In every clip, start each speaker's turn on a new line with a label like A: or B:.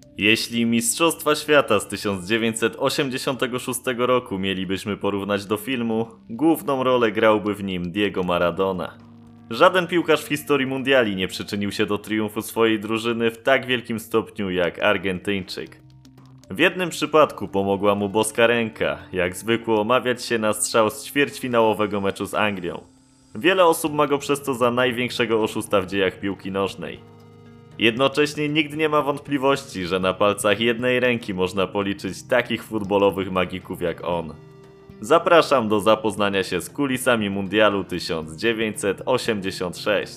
A: Jeśli Mistrzostwa Świata z 1986 roku mielibyśmy porównać do filmu, główną rolę grałby w nim Diego Maradona. Żaden piłkarz w historii mundiali nie przyczynił się do triumfu swojej drużyny w tak wielkim stopniu jak Argentyńczyk. W jednym przypadku pomogła mu boska ręka, jak zwykło omawiać się na strzał z ćwierćfinałowego meczu z Anglią. Wiele osób ma go przez to za największego oszusta w dziejach piłki nożnej. Jednocześnie nikt nie ma wątpliwości, że na palcach jednej ręki można policzyć takich futbolowych magików jak on. Zapraszam do zapoznania się z kulisami Mundialu 1986.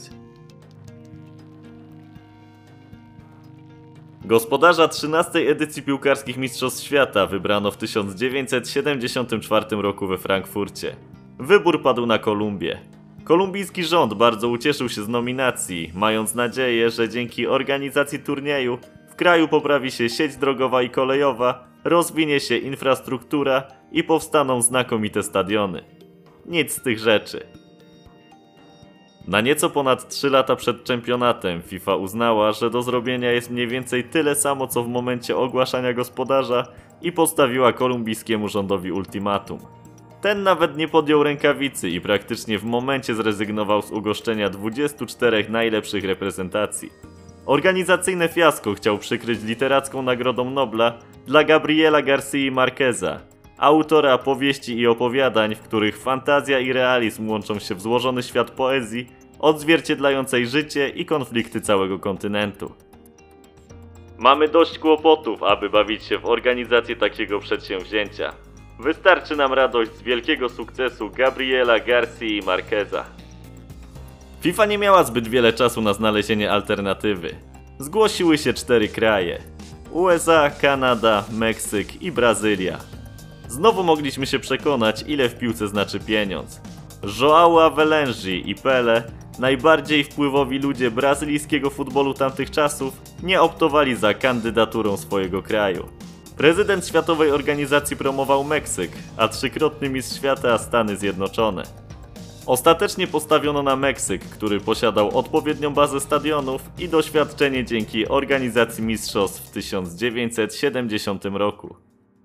A: Gospodarza 13. edycji piłkarskich Mistrzostw Świata wybrano w 1974 roku we Frankfurcie. Wybór padł na Kolumbię. Kolumbijski rząd bardzo ucieszył się z nominacji, mając nadzieję, że dzięki organizacji turnieju w kraju poprawi się sieć drogowa i kolejowa, rozwinie się infrastruktura i powstaną znakomite stadiony. Nic z tych rzeczy. Na nieco ponad 3 lata przed czempionatem FIFA uznała, że do zrobienia jest mniej więcej tyle samo co w momencie ogłaszania gospodarza i postawiła kolumbijskiemu rządowi ultimatum. Ten nawet nie podjął rękawicy i praktycznie w momencie zrezygnował z ugoszczenia 24 najlepszych reprezentacji. Organizacyjne fiasko chciał przykryć literacką Nagrodą Nobla dla Gabriela García Márqueza, autora powieści i opowiadań, w których fantazja i realizm łączą się w złożony świat poezji, odzwierciedlającej życie i konflikty całego kontynentu. Mamy dość kłopotów, aby bawić się w organizację takiego przedsięwzięcia. Wystarczy nam radość z wielkiego sukcesu Gabriela García Márqueza. FIFA nie miała zbyt wiele czasu na znalezienie alternatywy. Zgłosiły się 4 kraje: USA, Kanada, Meksyk i Brazylia. Znowu mogliśmy się przekonać, ile w piłce znaczy pieniądz. João Havelange i Pelé, najbardziej wpływowi ludzie brazylijskiego futbolu tamtych czasów, nie optowali za kandydaturą swojego kraju. Prezydent Światowej Organizacji promował Meksyk, a 3-krotny mistrz świata Stany Zjednoczone. Ostatecznie postawiono na Meksyk, który posiadał odpowiednią bazę stadionów i doświadczenie dzięki organizacji mistrzostw w 1970 roku.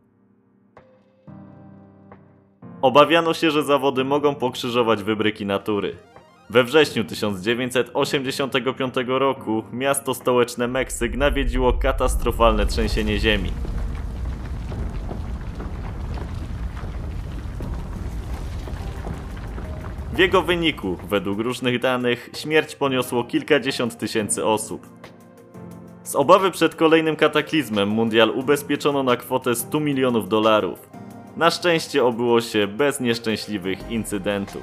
A: Obawiano się, że zawody mogą pokrzyżować wybryki natury. We wrześniu 1985 roku miasto stołeczne Meksyk nawiedziło katastrofalne trzęsienie ziemi. W jego wyniku, według różnych danych, śmierć poniosło kilkadziesiąt tysięcy osób. Z obawy przed kolejnym kataklizmem mundial ubezpieczono na kwotę $100 milionów. Na szczęście obyło się bez nieszczęśliwych incydentów.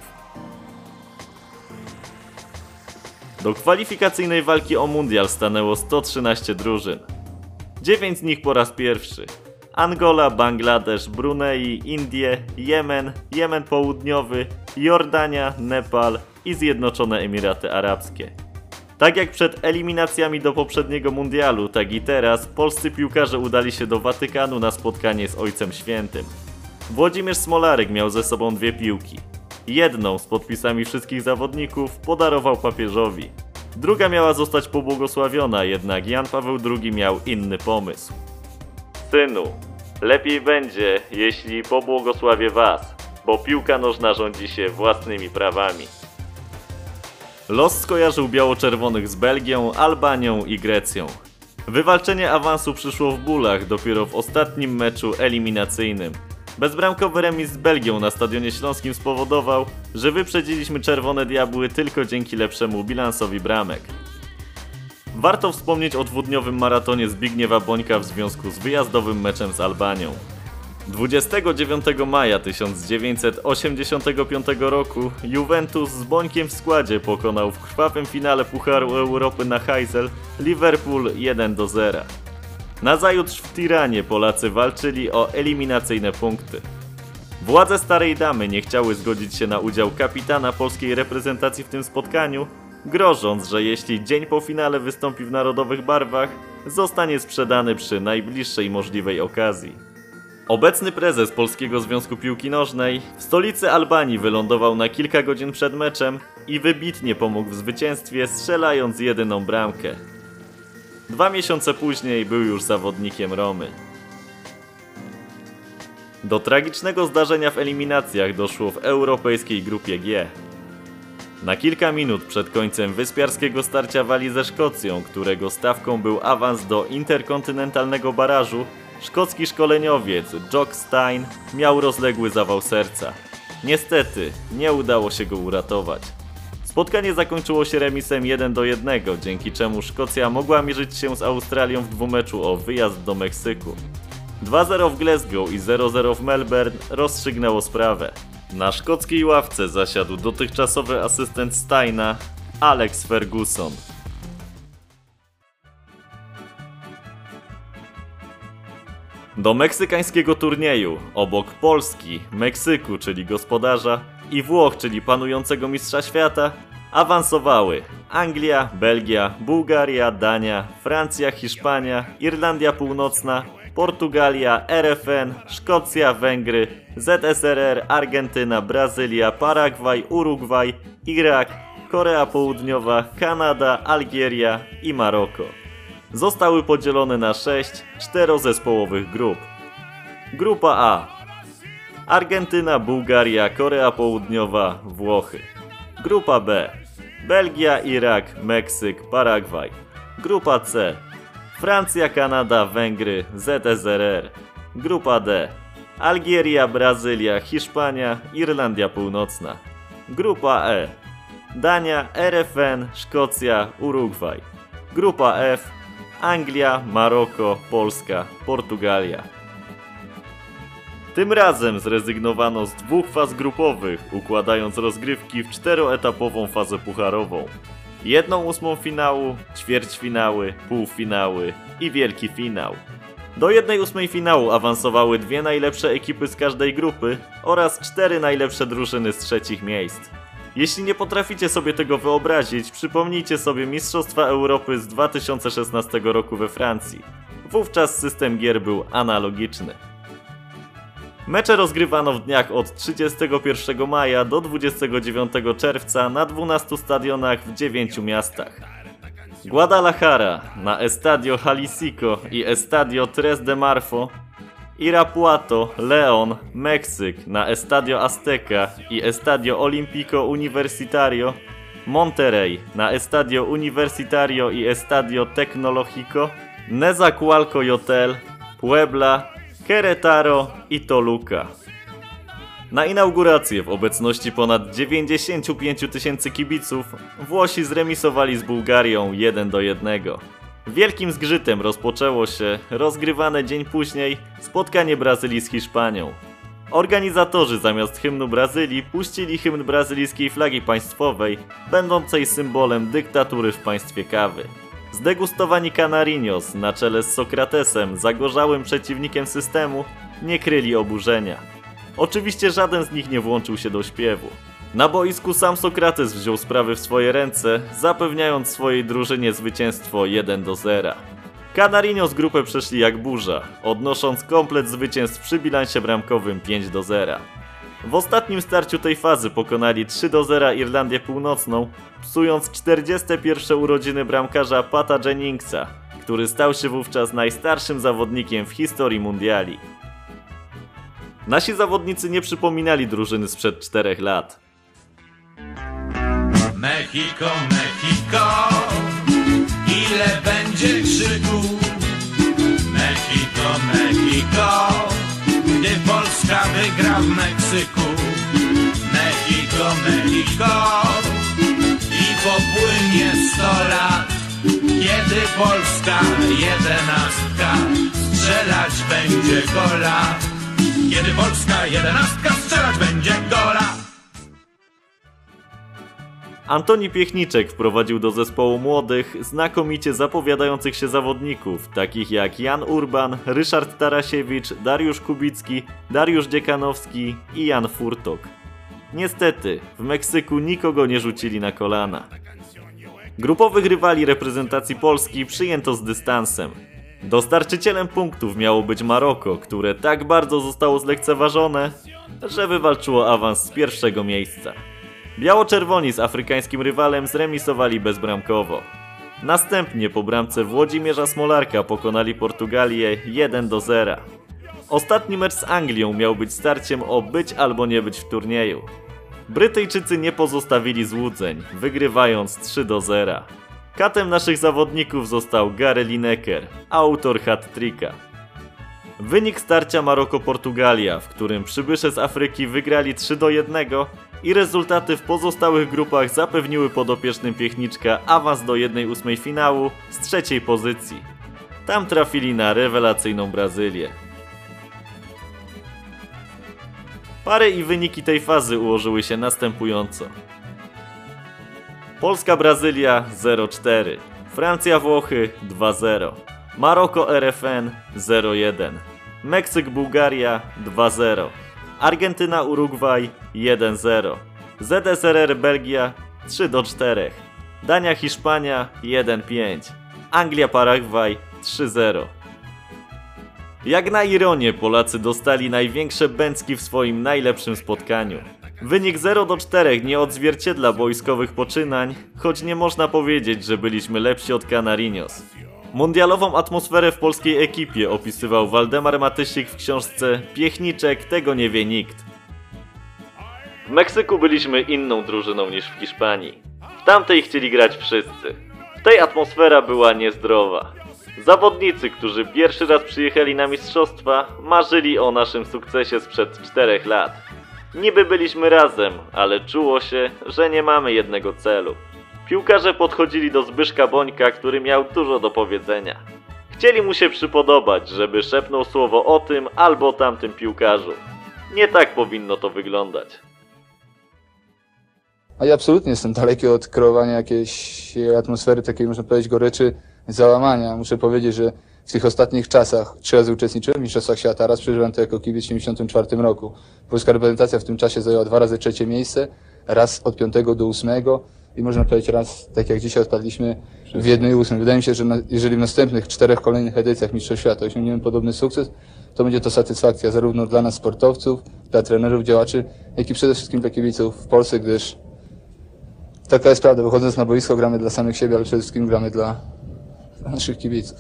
A: Do kwalifikacyjnej walki o mundial stanęło 113 drużyn. 9 z nich po raz pierwszy. Angola, Bangladesz, Brunei, Indie, Jemen Południowy, Jordania, Nepal i Zjednoczone Emiraty Arabskie. Tak jak przed eliminacjami do poprzedniego mundialu, tak i teraz polscy piłkarze udali się do Watykanu na spotkanie z Ojcem Świętym. Włodzimierz Smolarek miał ze sobą 2 piłki. Jedną z podpisami wszystkich zawodników podarował papieżowi. Druga miała zostać pobłogosławiona, jednak Jan Paweł II miał inny pomysł. Synu, lepiej będzie, jeśli pobłogosławię was, bo piłka nożna rządzi się własnymi prawami. Los skojarzył biało-czerwonych z Belgią, Albanią i Grecją. Wywalczenie awansu przyszło w bólach dopiero w ostatnim meczu eliminacyjnym. Bezbramkowy remis z Belgią na Stadionie Śląskim spowodował, że wyprzedziliśmy Czerwone Diabły tylko dzięki lepszemu bilansowi bramek. Warto wspomnieć o 2-dniowym maratonie Zbigniewa Bońka w związku z wyjazdowym meczem z Albanią. 29 maja 1985 roku Juventus z Bońkiem w składzie pokonał w krwawym finale Pucharu Europy na Heysel Liverpool 1-0. Nazajutrz w Tiranie Polacy walczyli o eliminacyjne punkty. Władze Starej Damy nie chciały zgodzić się na udział kapitana polskiej reprezentacji w tym spotkaniu, grożąc, że jeśli dzień po finale wystąpi w narodowych barwach, zostanie sprzedany przy najbliższej możliwej okazji. Obecny prezes Polskiego Związku Piłki Nożnej w stolicy Albanii wylądował na kilka godzin przed meczem i wybitnie pomógł w zwycięstwie, strzelając jedyną bramkę. 2 miesiące później był już zawodnikiem Romy. Do tragicznego zdarzenia w eliminacjach doszło w europejskiej grupie G. Na kilka minut przed końcem wyspiarskiego starcia Walii ze Szkocją, którego stawką był awans do interkontynentalnego barażu, szkocki szkoleniowiec Jock Stein miał rozległy zawał serca. Niestety, nie udało się go uratować. Spotkanie zakończyło się remisem 1-1, dzięki czemu Szkocja mogła mierzyć się z Australią w dwumeczu o wyjazd do Meksyku. 2-0 w Glasgow i 0-0 w Melbourne rozstrzygnęło sprawę. Na szkockiej ławce zasiadł dotychczasowy asystent Steina, Alex Ferguson. Do meksykańskiego turnieju, obok Polski, Meksyku, czyli gospodarza, i Włoch, czyli panującego mistrza świata, awansowały Anglia, Belgia, Bułgaria, Dania, Francja, Hiszpania, Irlandia Północna, Portugalia, RFN, Szkocja, Węgry, ZSRR, Argentyna, Brazylia, Paragwaj, Urugwaj, Irak, Korea Południowa, Kanada, Algieria i Maroko. Zostały podzielone na 6 czterozespołowych grup. Grupa A: Argentyna, Bułgaria, Korea Południowa, Włochy. Grupa B: Belgia, Irak, Meksyk, Paragwaj. Grupa C: Francja, Kanada, Węgry, ZSRR. Grupa D: Algieria, Brazylia, Hiszpania, Irlandia Północna. Grupa E: Dania, RFN, Szkocja, Urugwaj. Grupa F: Anglia, Maroko, Polska, Portugalia. Tym razem zrezygnowano z 2 faz grupowych, układając rozgrywki w 4-etapową fazę pucharową. 1/8 finału, ćwierćfinały, półfinały i wielki finał. Do 1/8 finału awansowały 2 najlepsze ekipy z każdej grupy oraz 4 najlepsze drużyny z trzecich miejsc. Jeśli nie potraficie sobie tego wyobrazić, przypomnijcie sobie Mistrzostwa Europy z 2016 roku we Francji. Wówczas system gier był analogiczny. Mecze rozgrywano w dniach od 31 maja do 29 czerwca na 12 stadionach w 9 miastach. Guadalajara na Estadio Jalisco i Estadio Tres de Marfo, Irapuato, León, Meksyk na Estadio Azteca i Estadio Olímpico Universitario, Monterrey na Estadio Universitario i Estadio Tecnológico, Nezahualcóyotl, Puebla, Querétaro i Toluca. Na inaugurację w obecności ponad 95 000 kibiców Włosi zremisowali z Bułgarią 1-1. Wielkim zgrzytem rozpoczęło się rozgrywane dzień później spotkanie Brazylii z Hiszpanią. Organizatorzy zamiast hymnu Brazylii puścili hymn brazylijskiej flagi państwowej, będącej symbolem dyktatury w państwie kawy. Zdegustowani Canarinhos na czele z Sokratesem, zagorzałym przeciwnikiem systemu, nie kryli oburzenia. Oczywiście żaden z nich nie włączył się do śpiewu. Na boisku sam Sokrates wziął sprawy w swoje ręce, zapewniając swojej drużynie zwycięstwo 1-0. Canarinhos grupę przeszli jak burza, odnosząc komplet zwycięstw przy bilansie bramkowym 5-0. W ostatnim starciu tej fazy pokonali 3-0 Irlandię Północną, psując 41 urodziny bramkarza Pata Jenningsa, który stał się wówczas najstarszym zawodnikiem w historii mundiali. Nasi zawodnicy nie przypominali drużyny sprzed 4 lat.
B: Mexico, Mexico, ile będzie krzyku? Mexico, Mexico, gdy Polska wygra w Meksyku. Mexico, Mexico, i popłynie 100 lat, kiedy Polska 11 strzelać będzie gola. Kiedy Polska 11 strzelać będzie gola.
A: Antoni Piechniczek wprowadził do zespołu młodych, znakomicie zapowiadających się zawodników, takich jak Jan Urban, Ryszard Tarasiewicz, Dariusz Kubicki, Dariusz Dziekanowski i Jan Furtok. Niestety, w Meksyku nikogo nie rzucili na kolana. Grupowych rywali reprezentacji Polski przyjęto z dystansem. Dostarczycielem punktów miało być Maroko, które tak bardzo zostało zlekceważone, że wywalczyło awans z pierwszego miejsca. Biało-czerwoni z afrykańskim rywalem zremisowali bezbramkowo. Następnie po bramce Włodzimierza Smolarka pokonali Portugalię 1-0. Ostatni mecz z Anglią miał być starciem o być albo nie być w turnieju. Brytyjczycy nie pozostawili złudzeń, wygrywając 3-0. Katem naszych zawodników został Gary Lineker, autor hat-tricka. Wynik starcia Maroko-Portugalia, w którym przybysze z Afryki wygrali 3-1 i rezultaty w pozostałych grupach zapewniły podopiecznym Piechniczka awans do 1/8 finału z 3. pozycji. Tam trafili na rewelacyjną Brazylię. Pary i wyniki tej fazy ułożyły się następująco. Polska-Brazylia 0-4, Francja-Włochy 2-0, Maroko-RFN 0-1, Meksyk-Bułgaria 2-0, Argentyna-Urugwaj 1-0, ZSRR-Belgia 3-4, Dania-Hiszpania 1-5, Anglia-Paragwaj 3-0. Jak na ironię Polacy dostali największe bęcki w swoim najlepszym spotkaniu. Wynik 0-4 nie odzwierciedla boiskowych poczynań, choć nie można powiedzieć, że byliśmy lepsi od Canarinos. Mundialową atmosferę w polskiej ekipie opisywał Waldemar Matysik w książce Piechniczek, tego nie wie nikt. W Meksyku byliśmy inną drużyną niż w Hiszpanii. W tamtej chcieli grać wszyscy. W tej atmosfera była niezdrowa. Zawodnicy, którzy pierwszy raz przyjechali na mistrzostwa, marzyli o naszym sukcesie sprzed 4 lat. Niby byliśmy razem, ale czuło się, że nie mamy jednego celu. Piłkarze podchodzili do Zbyszka Bońka, który miał dużo do powiedzenia. Chcieli mu się przypodobać, żeby szepnął słowo o tym albo tamtym piłkarzu. Nie tak powinno to wyglądać.
C: A ja absolutnie jestem daleki od kreowania jakiejś atmosfery, takiej można powiedzieć goryczy, załamania. Muszę powiedzieć, że w tych ostatnich czasach 3 razy uczestniczyłem w Mistrzostwach Świata, raz przeżyłem to jako kibiec w 1974 roku. Polska reprezentacja w tym czasie zajęła 2 razy 3 miejsce, raz od 5 do 8 i można powiedzieć raz, tak jak dzisiaj odpadliśmy, w 1/8. Wydaje mi się, że jeżeli w następnych 4 kolejnych edycjach Mistrzostw Świata osiągniemy podobny sukces, to będzie to satysfakcja zarówno dla nas sportowców, dla trenerów, działaczy, jak i przede wszystkim dla kibiców w Polsce, gdyż taka jest prawda, wychodząc na boisko gramy dla samych siebie, ale przede wszystkim gramy dla naszych kibiców.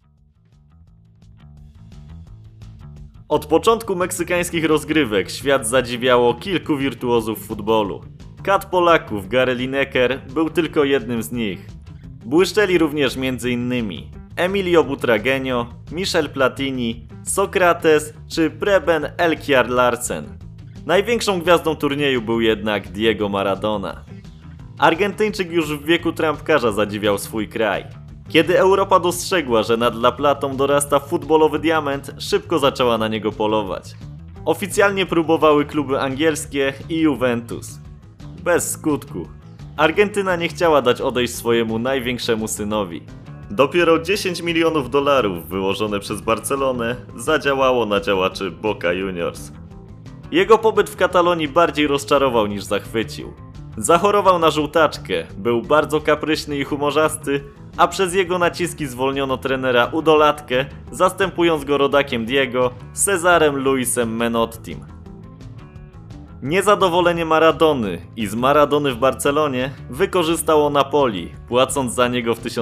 A: Od początku meksykańskich rozgrywek świat zadziwiało kilku wirtuozów futbolu. Kat Polaków Gary Lineker był tylko jednym z nich. Błyszczeli również m.in. Emilio Butragueño, Michel Platini, Sokrates czy Preben Elkjær Larsen. Największą gwiazdą turnieju był jednak Diego Maradona. Argentyńczyk już w wieku trampkarza zadziwiał swój kraj. Kiedy Europa dostrzegła, że nad La Platą dorasta futbolowy diament, szybko zaczęła na niego polować. Oficjalnie próbowały kluby angielskie i Juventus. Bez skutku. Argentyna nie chciała dać odejść swojemu największemu synowi. Dopiero $10 milionów wyłożone przez Barcelonę zadziałało na działaczy Boca Juniors. Jego pobyt w Katalonii bardziej rozczarował niż zachwycił. Zachorował na żółtaczkę, był bardzo kapryśny i humorzasty, a przez jego naciski zwolniono trenera Udolatkę, zastępując go rodakiem Diego, Cezarem Luisem Menottim. Niezadowolenie Maradony i z Maradony w Barcelonie wykorzystało Napoli, płacąc za niego w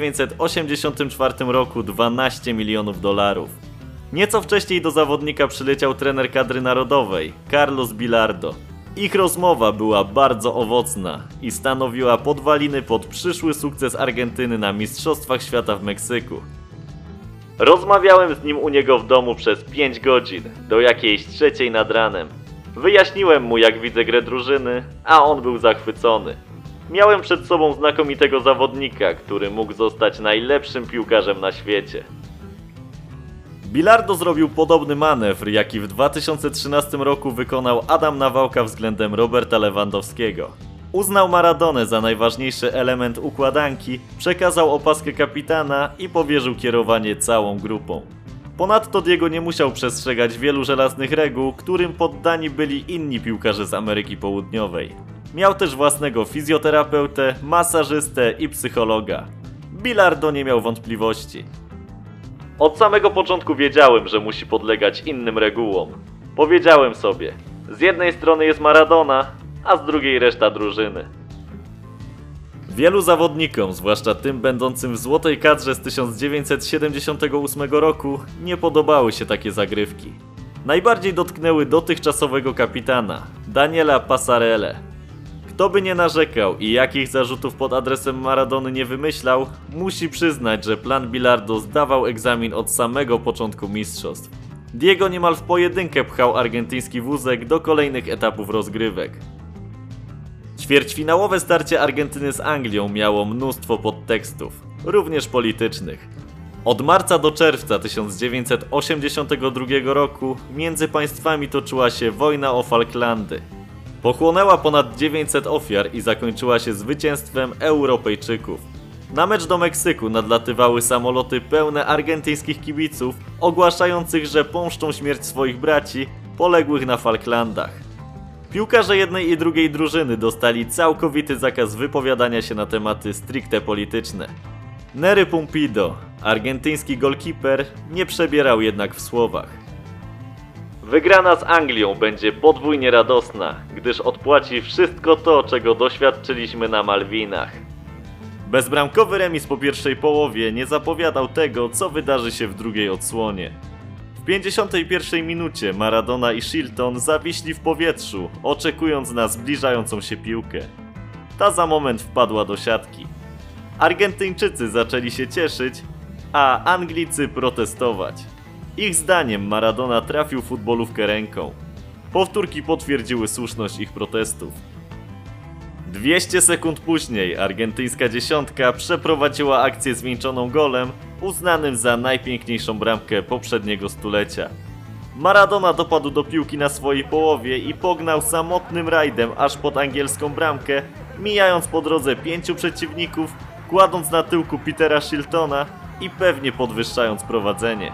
A: 1984 roku $12 milionów. Nieco wcześniej do zawodnika przyleciał trener kadry narodowej, Carlos Bilardo. Ich rozmowa była bardzo owocna i stanowiła podwaliny pod przyszły sukces Argentyny na Mistrzostwach Świata w Meksyku. Rozmawiałem z nim u niego w domu przez 5 godzin, do jakiejś 3 nad ranem. Wyjaśniłem mu, jak widzę grę drużyny, a on był zachwycony. Miałem przed sobą znakomitego zawodnika, który mógł zostać najlepszym piłkarzem na świecie. Bilardo zrobił podobny manewr, jaki w 2013 roku wykonał Adam Nawałka względem Roberta Lewandowskiego. Uznał Maradonę za najważniejszy element układanki, przekazał opaskę kapitana i powierzył kierowanie całą grupą. Ponadto Diego nie musiał przestrzegać wielu żelaznych reguł, którym poddani byli inni piłkarze z Ameryki Południowej. Miał też własnego fizjoterapeutę, masażystę i psychologa. Bilardo nie miał wątpliwości. Od samego początku wiedziałem, że musi podlegać innym regułom. Powiedziałem sobie, z jednej strony jest Maradona, a z drugiej reszta drużyny. Wielu zawodnikom, zwłaszcza tym będącym w złotej kadrze z 1978 roku, nie podobały się takie zagrywki. Najbardziej dotknęły dotychczasowego kapitana, Daniela Passarellę. Kto by nie narzekał i jakich zarzutów pod adresem Maradony nie wymyślał, musi przyznać, że plan Bilardo zdawał egzamin od samego początku mistrzostw. Diego niemal w pojedynkę pchał argentyński wózek do kolejnych etapów rozgrywek. Ćwierćfinałowe starcie Argentyny z Anglią miało mnóstwo podtekstów, również politycznych. Od marca do czerwca 1982 roku między państwami toczyła się wojna o Falklandy. Pochłonęła ponad 900 ofiar i zakończyła się zwycięstwem Europejczyków. Na mecz do Meksyku nadlatywały samoloty pełne argentyńskich kibiców, ogłaszających, że pomszczą śmierć swoich braci poległych na Falklandach. Piłkarze jednej i drugiej drużyny dostali całkowity zakaz wypowiadania się na tematy stricte polityczne. Nery Pumpido, argentyński golkiper, nie przebierał jednak w słowach. Wygrana z Anglią będzie podwójnie radosna, gdyż odpłaci wszystko to, czego doświadczyliśmy na Malwinach. Bezbramkowy remis po pierwszej połowie nie zapowiadał tego, co wydarzy się w drugiej odsłonie. W 51 minucie Maradona i Shilton zawiśli w powietrzu, oczekując na zbliżającą się piłkę. Ta za moment wpadła do siatki. Argentyńczycy zaczęli się cieszyć, a Anglicy protestować. Ich zdaniem Maradona trafił futbolówkę ręką. Powtórki potwierdziły słuszność ich protestów. 200 sekund później argentyńska dziesiątka przeprowadziła akcję zwieńczoną golem, uznanym za najpiękniejszą bramkę poprzedniego stulecia. Maradona dopadł do piłki na swojej połowie i pognał samotnym rajdem aż pod angielską bramkę, mijając po drodze 5 przeciwników, kładąc na tyłku Petera Shiltona i pewnie podwyższając prowadzenie.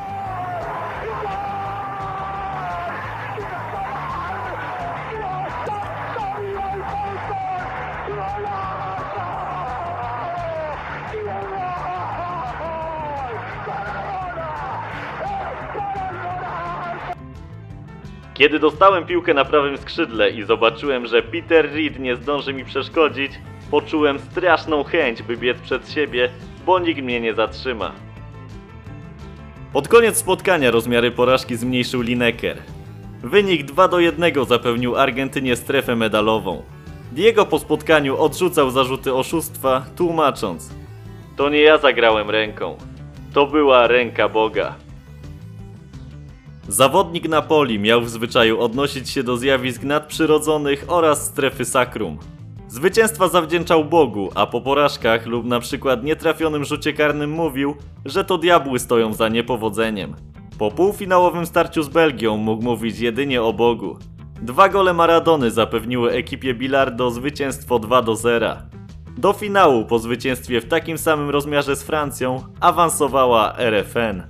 A: Kiedy dostałem piłkę na prawym skrzydle i zobaczyłem, że Peter Reid nie zdąży mi przeszkodzić, poczułem straszną chęć, by biec przed siebie, bo nikt mnie nie zatrzyma. Pod koniec spotkania rozmiary porażki zmniejszył Lineker. Wynik 2-1 zapewnił Argentynie strefę medalową. Diego po spotkaniu odrzucał zarzuty oszustwa, tłumacząc: to nie ja zagrałem ręką, to była ręka Boga. Zawodnik Napoli miał w zwyczaju odnosić się do zjawisk nadprzyrodzonych oraz strefy sakrum. Zwycięstwa zawdzięczał Bogu, a po porażkach lub na przykład nietrafionym rzucie karnym mówił, że to diabły stoją za niepowodzeniem. Po półfinałowym starciu z Belgią mógł mówić jedynie o Bogu. 2 gole Maradony zapewniły ekipie Bilardo zwycięstwo 2-0. Do finału po zwycięstwie w takim samym rozmiarze z Francją awansowała RFN.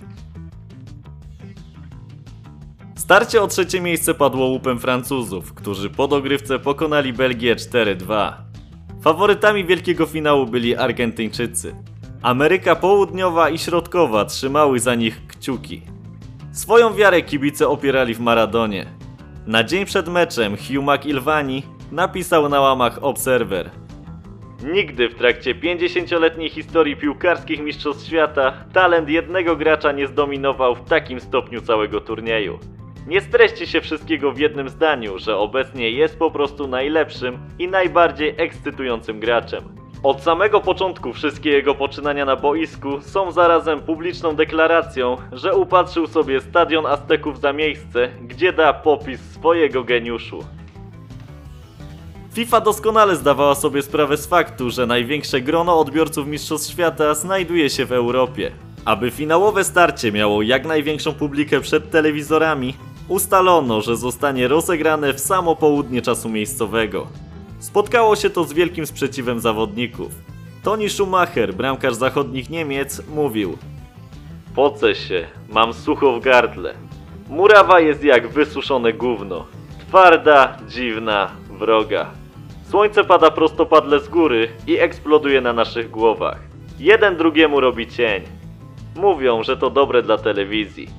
A: Starcie o trzecie miejsce padło łupem Francuzów, którzy po dogrywce pokonali Belgię 4-2. Faworytami wielkiego finału byli Argentyńczycy. Ameryka Południowa i Środkowa trzymały za nich kciuki. Swoją wiarę kibice opierali w Maradonie. Na dzień przed meczem Hugh McIlvany napisał na łamach Observer: nigdy w trakcie 50-letniej historii piłkarskich mistrzostw świata talent jednego gracza nie zdominował w takim stopniu całego turnieju. Nie streści się wszystkiego w jednym zdaniu, że obecnie jest po prostu najlepszym i najbardziej ekscytującym graczem. Od samego początku wszystkie jego poczynania na boisku są zarazem publiczną deklaracją, że upatrzył sobie stadion Azteków za miejsce, gdzie da popis swojego geniuszu. FIFA doskonale zdawała sobie sprawę z faktu, że największe grono odbiorców mistrzostw świata znajduje się w Europie. Aby finałowe starcie miało jak największą publikę przed telewizorami, ustalono, że zostanie rozegrane w samo południe czasu miejscowego. Spotkało się to z wielkim sprzeciwem zawodników. Toni Schumacher, bramkarz zachodnich Niemiec, mówił: pocę się, mam sucho w gardle. Murawa jest jak wysuszone gówno. Twarda, dziwna, wroga. Słońce pada prostopadle z góry i eksploduje na naszych głowach. Jeden drugiemu robi cień. Mówią, że to dobre dla telewizji.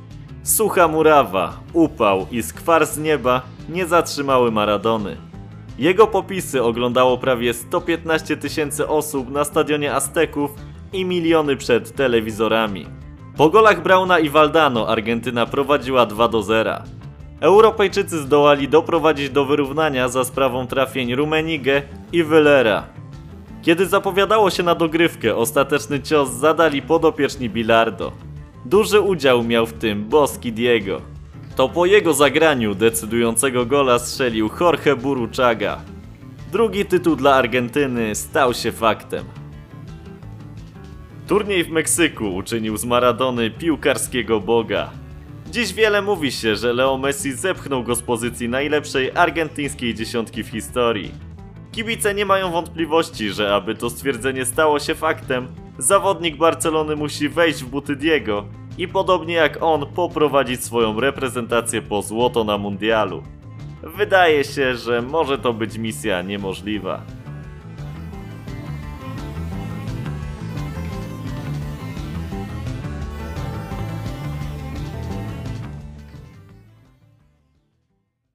A: Sucha murawa, upał i skwar z nieba nie zatrzymały Maradony. Jego popisy oglądało prawie 115 000 osób na stadionie Azteków i miliony przed telewizorami. Po golach Brauna i Valdano Argentyna prowadziła 2-0. Europejczycy zdołali doprowadzić do wyrównania za sprawą trafień Rummenigge i Wellera. Kiedy zapowiadało się na dogrywkę, ostateczny cios zadali podopieczni Bilardo. Duży udział miał w tym boski Diego. To po jego zagraniu decydującego gola strzelił Jorge Burruchaga. Drugi tytuł dla Argentyny stał się faktem. Turniej w Meksyku uczynił z Maradony piłkarskiego boga. Dziś wiele mówi się, że Leo Messi zepchnął go z pozycji najlepszej argentyńskiej dziesiątki w historii. Kibice nie mają wątpliwości, że aby to stwierdzenie stało się faktem, zawodnik Barcelony musi wejść w buty Diego i podobnie jak on poprowadzić swoją reprezentację po złoto na mundialu. Wydaje się, że może to być misja niemożliwa.